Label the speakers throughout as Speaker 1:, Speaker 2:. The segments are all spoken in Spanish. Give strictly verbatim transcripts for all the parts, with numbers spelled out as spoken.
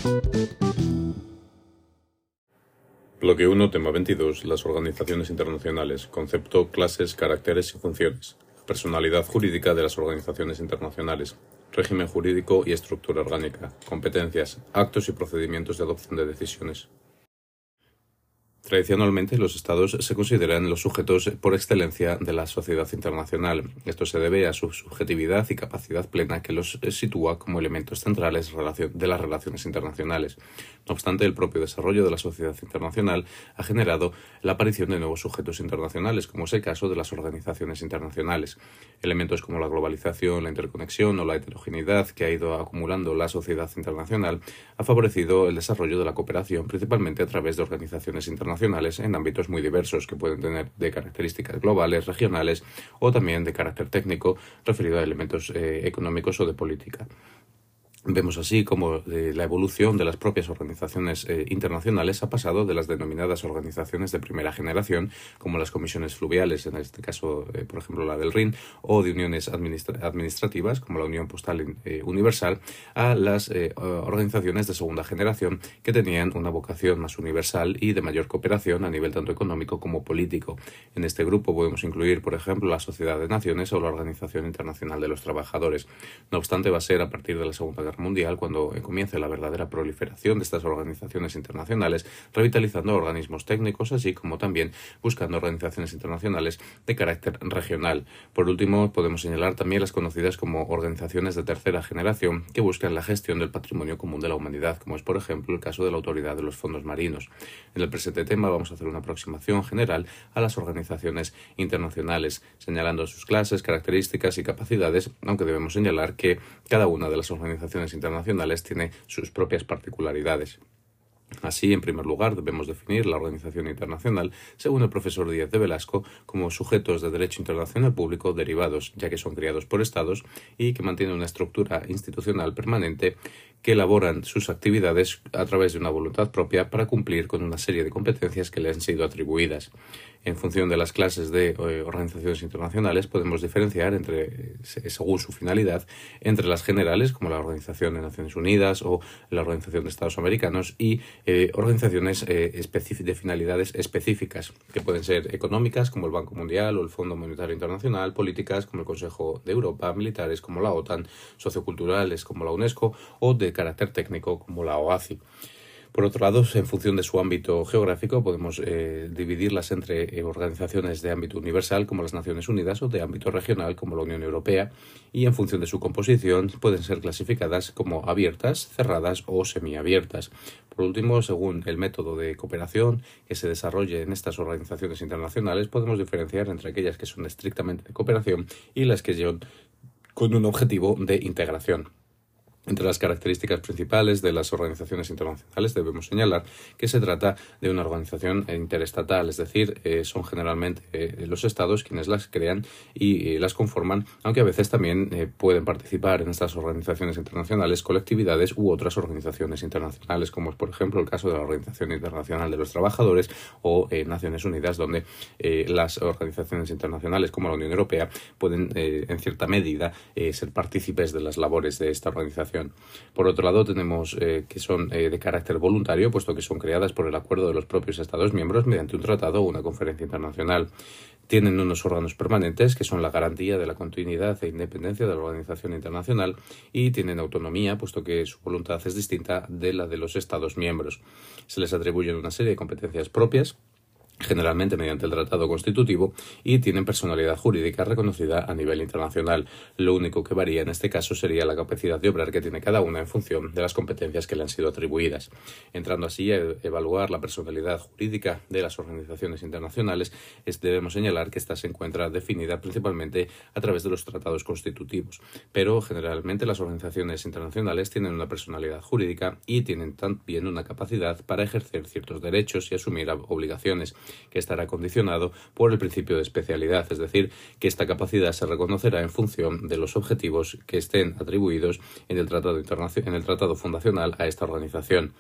Speaker 1: Bloque uno, tema veintidós. Las organizaciones internacionales. Concepto, clases, caracteres y funciones. Personalidad jurídica de las organizaciones internacionales. Régimen jurídico y estructura orgánica. Competencias, actos y procedimientos de adopción de decisiones. Tradicionalmente, los Estados se consideran los sujetos por excelencia de la sociedad internacional. Esto se debe a su subjetividad y capacidad plena que los sitúa como elementos centrales de las relaciones internacionales. No obstante, el propio desarrollo de la sociedad internacional ha generado la aparición de nuevos sujetos internacionales, como es el caso de las organizaciones internacionales. Elementos como la globalización, la interconexión o la heterogeneidad que ha ido acumulando la sociedad internacional ha favorecido el desarrollo de la cooperación, principalmente a través de organizaciones internacionales en ámbitos muy diversos que pueden tener de características globales, regionales o también de carácter técnico referido a elementos eh, económicos o de política. Vemos así como eh, la evolución de las propias organizaciones eh, internacionales ha pasado de las denominadas organizaciones de primera generación, como las comisiones fluviales, en este caso, eh, por ejemplo, la del Rin, o de uniones administra administrativas, como la Unión Postal eh, Universal, a las eh, organizaciones de segunda generación que tenían una vocación más universal y de mayor cooperación a nivel tanto económico como político. En este grupo podemos incluir, por ejemplo, la Sociedad de Naciones o la Organización Internacional de los Trabajadores. No obstante, va a ser a partir de la Segunda Guerra Mundial cuando comience la verdadera proliferación de estas organizaciones internacionales, revitalizando organismos técnicos, así como también buscando organizaciones internacionales de carácter regional. Por último, podemos señalar también las conocidas como organizaciones de tercera generación que buscan la gestión del patrimonio común de la humanidad, como es por ejemplo el caso de la Autoridad de los Fondos Marinos. En el presente tema vamos a hacer una aproximación general a las organizaciones internacionales, señalando sus clases, características y capacidades, aunque debemos señalar que cada una de las organizaciones internacionales tiene sus propias particularidades. Así, en primer lugar, debemos definir la organización internacional, según el profesor Díaz de Velasco, como sujetos de derecho internacional público derivados, ya que son creados por estados y que mantienen una estructura institucional permanente que elaboran sus actividades a través de una voluntad propia para cumplir con una serie de competencias que le han sido atribuidas. En función de las clases de eh, organizaciones internacionales podemos diferenciar entre, eh, según su finalidad, entre las generales, como la Organización de Naciones Unidas o la Organización de Estados Americanos, y eh, organizaciones eh, de finalidades específicas, que pueden ser económicas, como el Banco Mundial o el Fondo Monetario Internacional, políticas, como el Consejo de Europa, militares, como la OTAN, socioculturales, como la UNESCO, o de carácter técnico, como la OACI. Por otro lado, en función de su ámbito geográfico, podemos eh, dividirlas entre eh, organizaciones de ámbito universal, como las Naciones Unidas, o de ámbito regional, como la Unión Europea, y en función de su composición pueden ser clasificadas como abiertas, cerradas o semiabiertas. Por último, según el método de cooperación que se desarrolle en estas organizaciones internacionales, podemos diferenciar entre aquellas que son estrictamente de cooperación y las que son con un objetivo de integración. Entre las características principales de las organizaciones internacionales debemos señalar que se trata de una organización interestatal, es decir, eh, son generalmente eh, los estados quienes las crean y eh, las conforman, aunque a veces también eh, pueden participar en estas organizaciones internacionales colectividades u otras organizaciones internacionales, como es por ejemplo el caso de la Organización Internacional de los Trabajadores o eh, Naciones Unidas, donde eh, las organizaciones internacionales como la Unión Europea pueden eh, en cierta medida eh, ser partícipes de las labores de esta organización. Por otro lado, tenemos eh, que son eh, de carácter voluntario, puesto que son creadas por el acuerdo de los propios Estados miembros mediante un tratado o una conferencia internacional. Tienen unos órganos permanentes que son la garantía de la continuidad e independencia de la organización internacional y tienen autonomía, puesto que su voluntad es distinta de la de los Estados miembros. Se les atribuyen una serie de competencias propias, generalmente mediante el tratado constitutivo, y tienen personalidad jurídica reconocida a nivel internacional. Lo único que varía en este caso sería la capacidad de obrar que tiene cada una en función de las competencias que le han sido atribuidas. Entrando así a evaluar la personalidad jurídica de las organizaciones internacionales, debemos señalar que ésta se encuentra definida principalmente a través de los tratados constitutivos, pero generalmente las organizaciones internacionales tienen una personalidad jurídica y tienen también una capacidad para ejercer ciertos derechos y asumir obligaciones, que estará condicionado por el principio de especialidad, es decir, que esta capacidad se reconocerá en función de los objetivos que estén atribuidos en el tratado internacional, en el tratado fundacional a esta organización.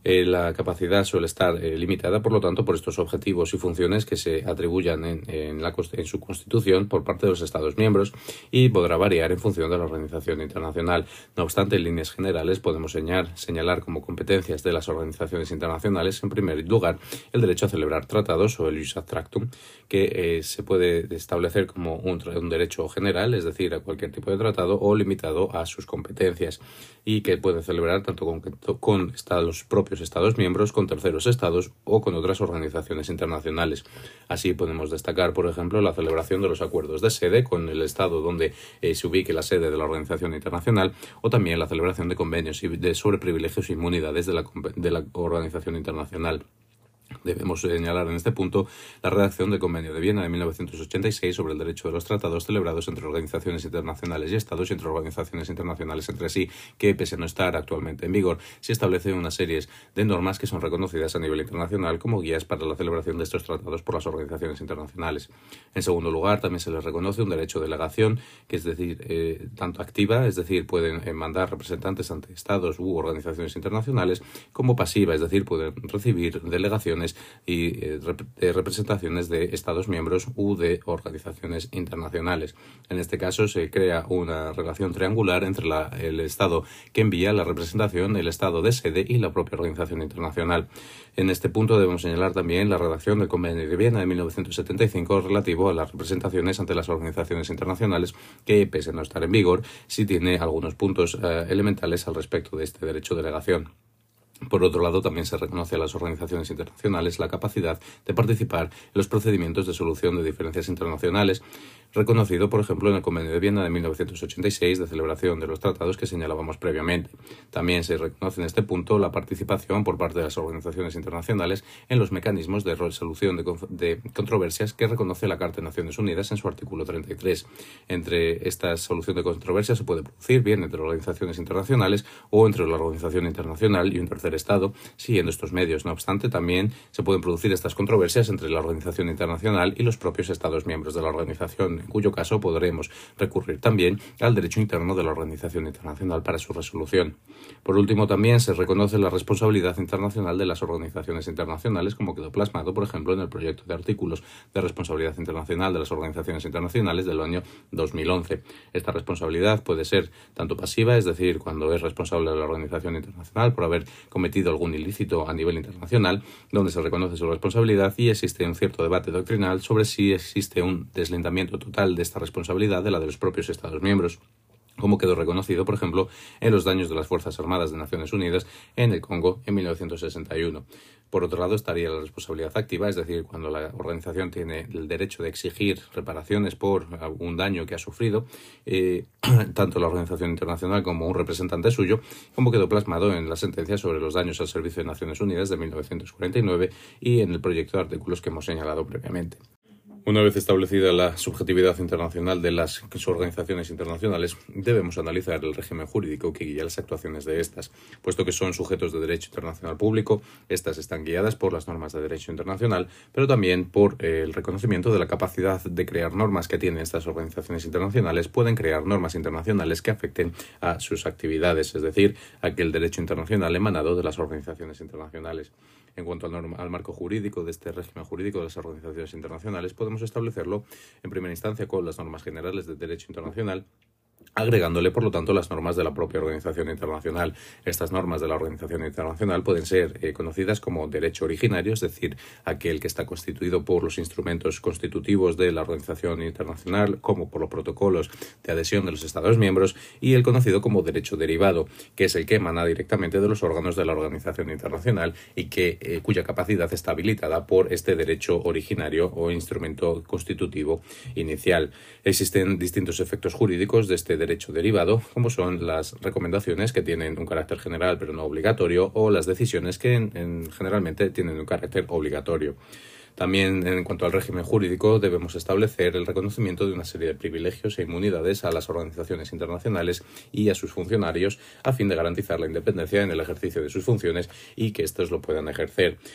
Speaker 1: Eh, la capacidad suele estar eh, limitada, por lo tanto, por estos objetivos y funciones que se atribuyan en, en, la, en su constitución por parte de los Estados miembros y podrá variar en función de la organización internacional. No obstante, en líneas generales podemos señalar, señalar como competencias de las organizaciones internacionales, en primer lugar, el derecho a celebrar tratados o el jus ad tractum, que eh, se puede establecer como un, un derecho general, es decir, a cualquier tipo de tratado o limitado a sus competencias, y que puede celebrar tanto con, con estados propios Estados miembros, con terceros estados o con otras organizaciones internacionales. Así podemos destacar, por ejemplo, la celebración de los acuerdos de sede con el estado donde eh, se ubique la sede de la organización internacional, o también la celebración de convenios de sobre privilegios e inmunidades de la, de la organización internacional. Debemos señalar en este punto la redacción del Convenio de Viena de mil novecientos ochenta y seis sobre el derecho de los tratados celebrados entre organizaciones internacionales y estados y entre organizaciones internacionales entre sí, que, pese a no estar actualmente en vigor, se establece una serie de normas que son reconocidas a nivel internacional como guías para la celebración de estos tratados por las organizaciones internacionales. En segundo lugar, también se les reconoce un derecho de delegación, que es decir, eh, tanto activa, es decir, pueden eh, mandar representantes ante estados u organizaciones internacionales, como pasiva, es decir, pueden recibir delegaciones y eh, rep de representaciones de Estados miembros u de organizaciones internacionales. En este caso se crea una relación triangular entre la, el Estado que envía la representación, el Estado de sede y la propia organización internacional. En este punto debemos señalar también la redacción del Convenio de Viena de mil novecientos setenta y cinco relativo a las representaciones ante las organizaciones internacionales, que, pese a no estar en vigor, sí tiene algunos puntos eh, elementales al respecto de este derecho de delegación. Por otro lado, también se reconoce a las organizaciones internacionales la capacidad de participar en los procedimientos de solución de diferencias internacionales, reconocido, por ejemplo, en el Convenio de Viena de mil novecientos ochenta y seis de celebración de los tratados que señalábamos previamente. También se reconoce en este punto la participación por parte de las organizaciones internacionales en los mecanismos de resolución de, de controversias que reconoce la Carta de Naciones Unidas en su artículo treinta y tres. Entre esta solución de controversias se puede producir bien entre organizaciones internacionales o entre la organización internacional y un tercer Estado, siguiendo estos medios. No obstante, también se pueden producir estas controversias entre la organización internacional y los propios Estados miembros de la organización, en cuyo caso podremos recurrir también al derecho interno de la organización internacional para su resolución. Por último, también se reconoce la responsabilidad internacional de las organizaciones internacionales, como quedó plasmado, por ejemplo, en el proyecto de artículos de responsabilidad internacional de las organizaciones internacionales del año dos mil once. Esta responsabilidad puede ser tanto pasiva, es decir, cuando es responsable de la organización internacional por haber cometido algún ilícito a nivel internacional, donde se reconoce su responsabilidad y existe un cierto debate doctrinal sobre si existe un deslindamiento total de esta responsabilidad de la de los propios Estados miembros, como quedó reconocido, por ejemplo, en los daños de las Fuerzas Armadas de Naciones Unidas en el Congo en mil novecientos sesenta y uno. Por otro lado, estaría la responsabilidad activa, es decir, cuando la organización tiene el derecho de exigir reparaciones por algún daño que ha sufrido, eh, tanto la organización internacional como un representante suyo, como quedó plasmado en la sentencia sobre los daños al Servicio de Naciones Unidas de mil novecientos cuarenta y nueve y en el proyecto de artículos que hemos señalado previamente. Una vez establecida la subjetividad internacional de las organizaciones internacionales, debemos analizar el régimen jurídico que guía las actuaciones de estas. Puesto que son sujetos de derecho internacional público, estas están guiadas por las normas de derecho internacional, pero también por eh, el reconocimiento de la capacidad de crear normas que tienen estas organizaciones internacionales. Pueden crear normas internacionales que afecten a sus actividades, es decir, a que el derecho internacional emanado de las organizaciones internacionales. En cuanto al, norma, al marco jurídico de este régimen jurídico de las organizaciones internacionales, podemos establecerlo en primera instancia con las normas generales de derecho internacional, agregándole, por lo tanto, las normas de la propia organización internacional. Estas normas de la organización internacional pueden ser eh, conocidas como derecho originario, es decir, aquel que está constituido por los instrumentos constitutivos de la organización internacional, como por los protocolos de adhesión de los Estados miembros, y el conocido como derecho derivado, que es el que emana directamente de los órganos de la organización internacional y que, eh, cuya capacidad está habilitada por este derecho originario o instrumento constitutivo inicial. Existen distintos efectos jurídicos de este derecho derivado, como son las recomendaciones que tienen un carácter general pero no obligatorio, o las decisiones que en, en, generalmente tienen un carácter obligatorio. También, en cuanto al régimen jurídico, debemos establecer el reconocimiento de una serie de privilegios e inmunidades a las organizaciones internacionales y a sus funcionarios, a fin de garantizar la independencia en el ejercicio de sus funciones y que éstos lo puedan ejercer.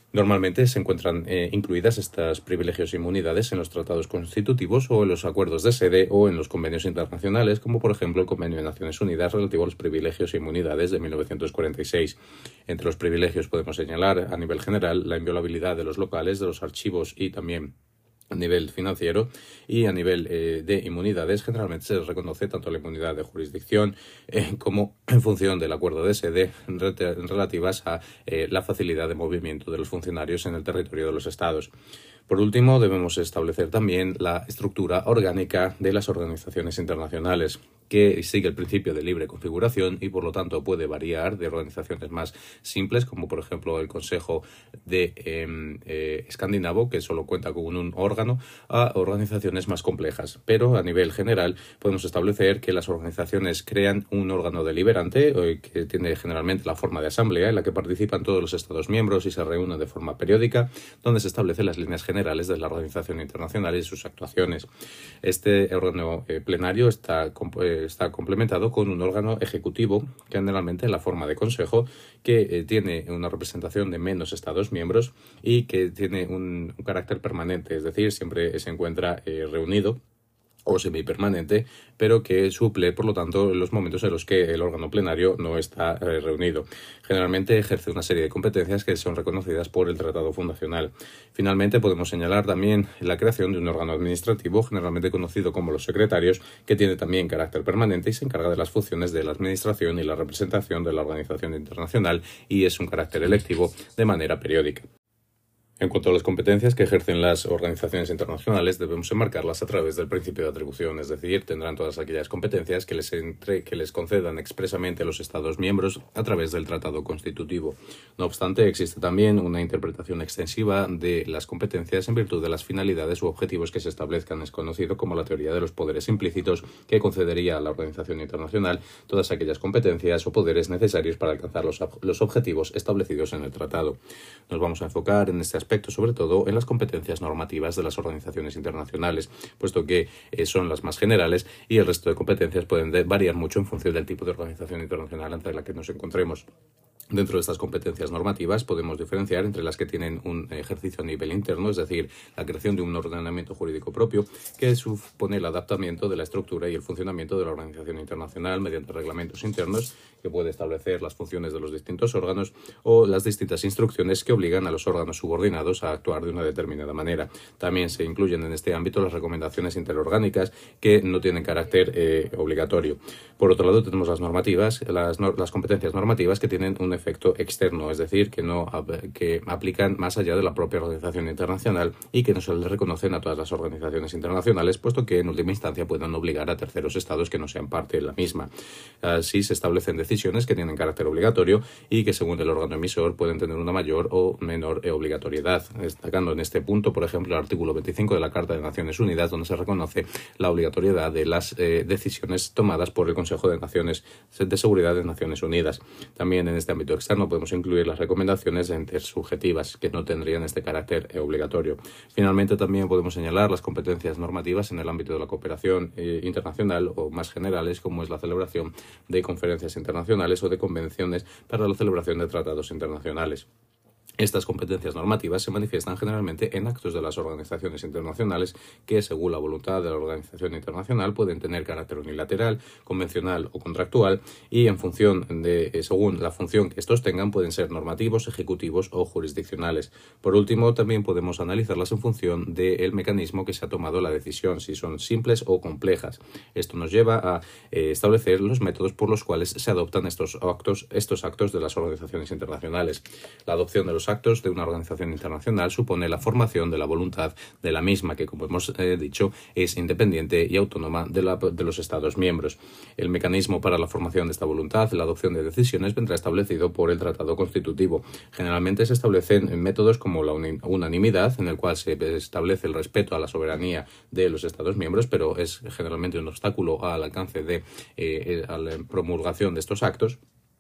Speaker 1: Normalmente se encuentran eh, incluidas estas privilegios e inmunidades en los tratados constitutivos o en los acuerdos de sede o en los convenios internacionales, como por ejemplo el Convenio de Naciones Unidas relativo a los privilegios e inmunidades de mil novecientos cuarenta y seis. Entre los privilegios podemos señalar a nivel general la inviolabilidad de los locales, de los archivos y también a nivel financiero, y a nivel eh, de inmunidades generalmente se les reconoce tanto la inmunidad de jurisdicción eh, como en función del acuerdo de sede relativas a eh, la facilidad de movimiento de los funcionarios en el territorio de los estados. Por último, debemos establecer también la estructura orgánica de las organizaciones internacionales, que sigue el principio de libre configuración y por lo tanto puede variar de organizaciones más simples, como por ejemplo el Consejo de eh, eh, Escandinavo, que solo cuenta con un órgano, a organizaciones más complejas. Pero a nivel general podemos establecer que las organizaciones crean un órgano deliberante eh, que tiene generalmente la forma de asamblea, en la que participan todos los Estados miembros y se reúnen de forma periódica, donde se establecen las líneas generales de la organización internacional y sus actuaciones. Este órgano eh, plenario está compuesto está complementado con un órgano ejecutivo, generalmente en la forma de consejo, que eh, tiene una representación de menos Estados miembros y que tiene un, un carácter permanente, es decir, siempre se encuentra eh, reunido o semipermanente, pero que suple, por lo tanto, los momentos en los que el órgano plenario no está eh, reunido. Generalmente ejerce una serie de competencias que son reconocidas por el Tratado Fundacional. Finalmente, podemos señalar también la creación de un órgano administrativo, generalmente conocido como los secretarios, que tiene también carácter permanente y se encarga de las funciones de la administración y la representación de la organización internacional y es un carácter electivo de manera periódica. En cuanto a las competencias que ejercen las organizaciones internacionales, debemos enmarcarlas a través del principio de atribución, es decir, tendrán todas aquellas competencias que les, entre, que les concedan expresamente los Estados miembros a través del Tratado Constitutivo. No obstante, existe también una interpretación extensiva de las competencias en virtud de las finalidades u objetivos que se establezcan. Es conocido como la teoría de los poderes implícitos, que concedería a la organización internacional todas aquellas competencias o poderes necesarios para alcanzar los, los objetivos establecidos en el tratado. Nos vamos a enfocar en este aspecto aspecto, sobre todo en las competencias normativas de las organizaciones internacionales, puesto que eh, son las más generales y el resto de competencias pueden de, variar mucho en función del tipo de organización internacional ante la que nos encontremos. Dentro de estas competencias normativas podemos diferenciar entre las que tienen un ejercicio a nivel interno, es decir, la creación de un ordenamiento jurídico propio, que supone el adaptamiento de la estructura y el funcionamiento de la organización internacional mediante reglamentos internos, que puede establecer las funciones de los distintos órganos o las distintas instrucciones que obligan a los órganos subordinados a actuar de una determinada manera. También se incluyen en este ámbito las recomendaciones interorgánicas, que no tienen carácter eh, obligatorio. Por otro lado, tenemos las normativas, las, las competencias normativas que tienen un efecto externo, es decir, que no que aplican más allá de la propia organización internacional y que no se les reconocen a todas las organizaciones internacionales, puesto que en última instancia puedan obligar a terceros estados que no sean parte de la misma. Así se establecen decisiones que tienen carácter obligatorio y que según el órgano emisor pueden tener una mayor o menor obligatoriedad, destacando en este punto, por ejemplo, el artículo veinticinco de la Carta de Naciones Unidas, donde se reconoce la obligatoriedad de las eh, decisiones tomadas por el Consejo de Naciones de Seguridad de Naciones Unidas. También en este ámbito externo podemos incluir las recomendaciones intersubjetivas, que no tendrían este carácter eh, obligatorio. Finalmente, también podemos señalar las competencias normativas en el ámbito de la cooperación eh, internacional o más generales, como es la celebración de conferencias internacionales o de convenciones para la celebración de tratados internacionales. Estas competencias normativas se manifiestan generalmente en actos de las organizaciones internacionales que, según la voluntad de la organización internacional, pueden tener carácter unilateral, convencional o contractual y, en función de, eh, según la función que estos tengan, pueden ser normativos, ejecutivos o jurisdiccionales. Por último, también podemos analizarlas en función del mecanismo que se ha tomado la decisión, si son simples o complejas. Esto nos lleva a eh, establecer los métodos por los cuales se adoptan estos actos, estos actos de las organizaciones internacionales. La adopción de los actos de una organización internacional supone la formación de la voluntad de la misma, que, como hemos eh, dicho, es independiente y autónoma de, la, de los Estados miembros. El mecanismo para la formación de esta voluntad, la adopción de decisiones, vendrá establecido por el Tratado Constitutivo. Generalmente se establecen métodos como la unanimidad, en el cual se establece el respeto a la soberanía de los Estados miembros, pero es generalmente un obstáculo al alcance de eh, a la promulgación de estos actos.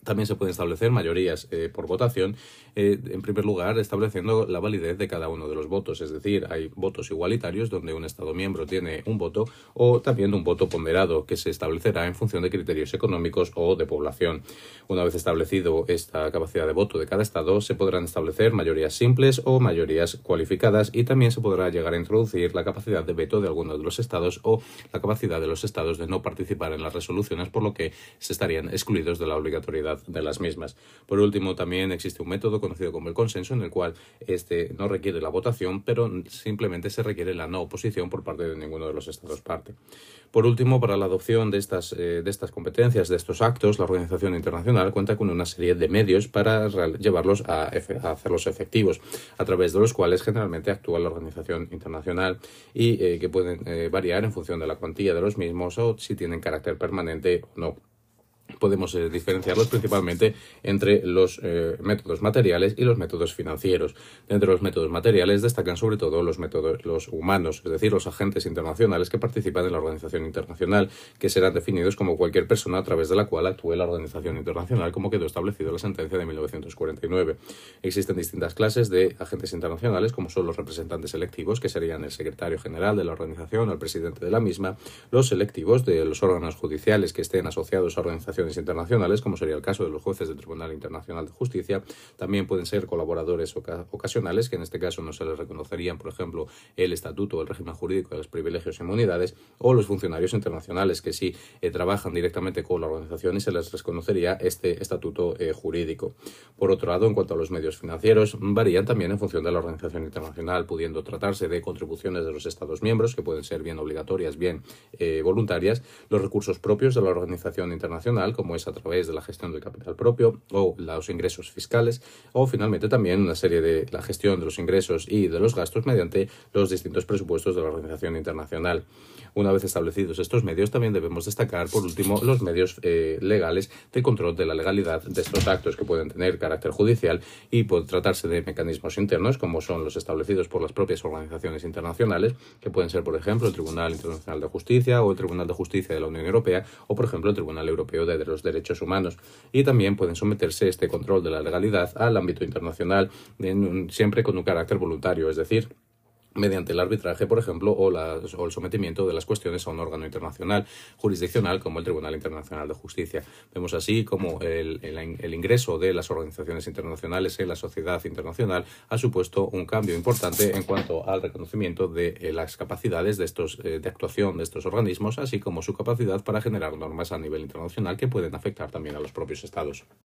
Speaker 1: También se pueden establecer mayorías eh, por votación, eh, en primer lugar estableciendo la validez de cada uno de los votos, es decir, hay votos igualitarios donde un Estado miembro tiene un voto o también un voto ponderado que se establecerá en función de criterios económicos o de población. Una vez establecido esta capacidad de voto de cada Estado, se podrán establecer mayorías simples o mayorías cualificadas y también se podrá llegar a introducir la capacidad de veto de alguno de los Estados o la capacidad de los Estados de no participar en las resoluciones, por lo que se estarían excluidos de la obligatoriedad de las mismas. Por último, también existe un método conocido como el consenso, en el cual este no requiere la votación, pero simplemente se requiere la no oposición por parte de ninguno de los Estados parte. Por último, para la adopción de estas, eh, de estas competencias, de estos actos, la Organización Internacional cuenta con una serie de medios para llevarlos a, a hacerlos efectivos, a través de los cuales generalmente actúa la Organización Internacional y eh, que pueden eh, variar en función de la cuantía de los mismos o si tienen carácter permanente o no. Podemos eh, diferenciarlos principalmente entre los eh, métodos materiales y los métodos financieros. Dentro de los métodos materiales destacan sobre todo los métodos los humanos, es decir, los agentes internacionales que participan en la organización internacional, que serán definidos como cualquier persona a través de la cual actúe la organización internacional, como quedó establecido en la sentencia de mil novecientos cuarenta y nueve. Existen distintas clases de agentes internacionales, como son los representantes electivos, que serían el secretario general de la organización o el presidente de la misma, los selectivos de los órganos judiciales que estén asociados a organizaciones internacionales, como sería el caso de los jueces del Tribunal Internacional de Justicia. También pueden ser colaboradores oca ocasionales, que en este caso no se les reconocerían, por ejemplo, el estatuto o el régimen jurídico de los privilegios e inmunidades, o los funcionarios internacionales, que sí eh, trabajan directamente con la organización y se les reconocería este estatuto eh, jurídico. Por otro lado, en cuanto a los medios financieros, varían también en función de la organización internacional, pudiendo tratarse de contribuciones de los Estados miembros, que pueden ser bien obligatorias, bien eh, voluntarias, los recursos propios de la organización internacional, como es a través de la gestión del capital propio o los ingresos fiscales, o finalmente también una serie de la gestión de los ingresos y de los gastos mediante los distintos presupuestos de la organización internacional. Una vez establecidos estos medios, también debemos destacar, por último, los medios eh, legales de control de la legalidad de estos actos, que pueden tener carácter judicial y puede tratarse de mecanismos internos, como son los establecidos por las propias organizaciones internacionales, que pueden ser, por ejemplo, el Tribunal Internacional de Justicia o el Tribunal de Justicia de la Unión Europea o, por ejemplo, el Tribunal Europeo de los Derechos Humanos. Y también pueden someterse este control de la legalidad al ámbito internacional, en, siempre con un carácter voluntario, es decir, mediante el arbitraje, por ejemplo, o, las, o el sometimiento de las cuestiones a un órgano internacional jurisdiccional como el Tribunal Internacional de Justicia. Vemos así como el, el, el ingreso de las organizaciones internacionales en la sociedad internacional ha supuesto un cambio importante en cuanto al reconocimiento de eh, las capacidades de, estos, eh, de actuación de estos organismos, así como su capacidad para generar normas a nivel internacional que pueden afectar también a los propios estados.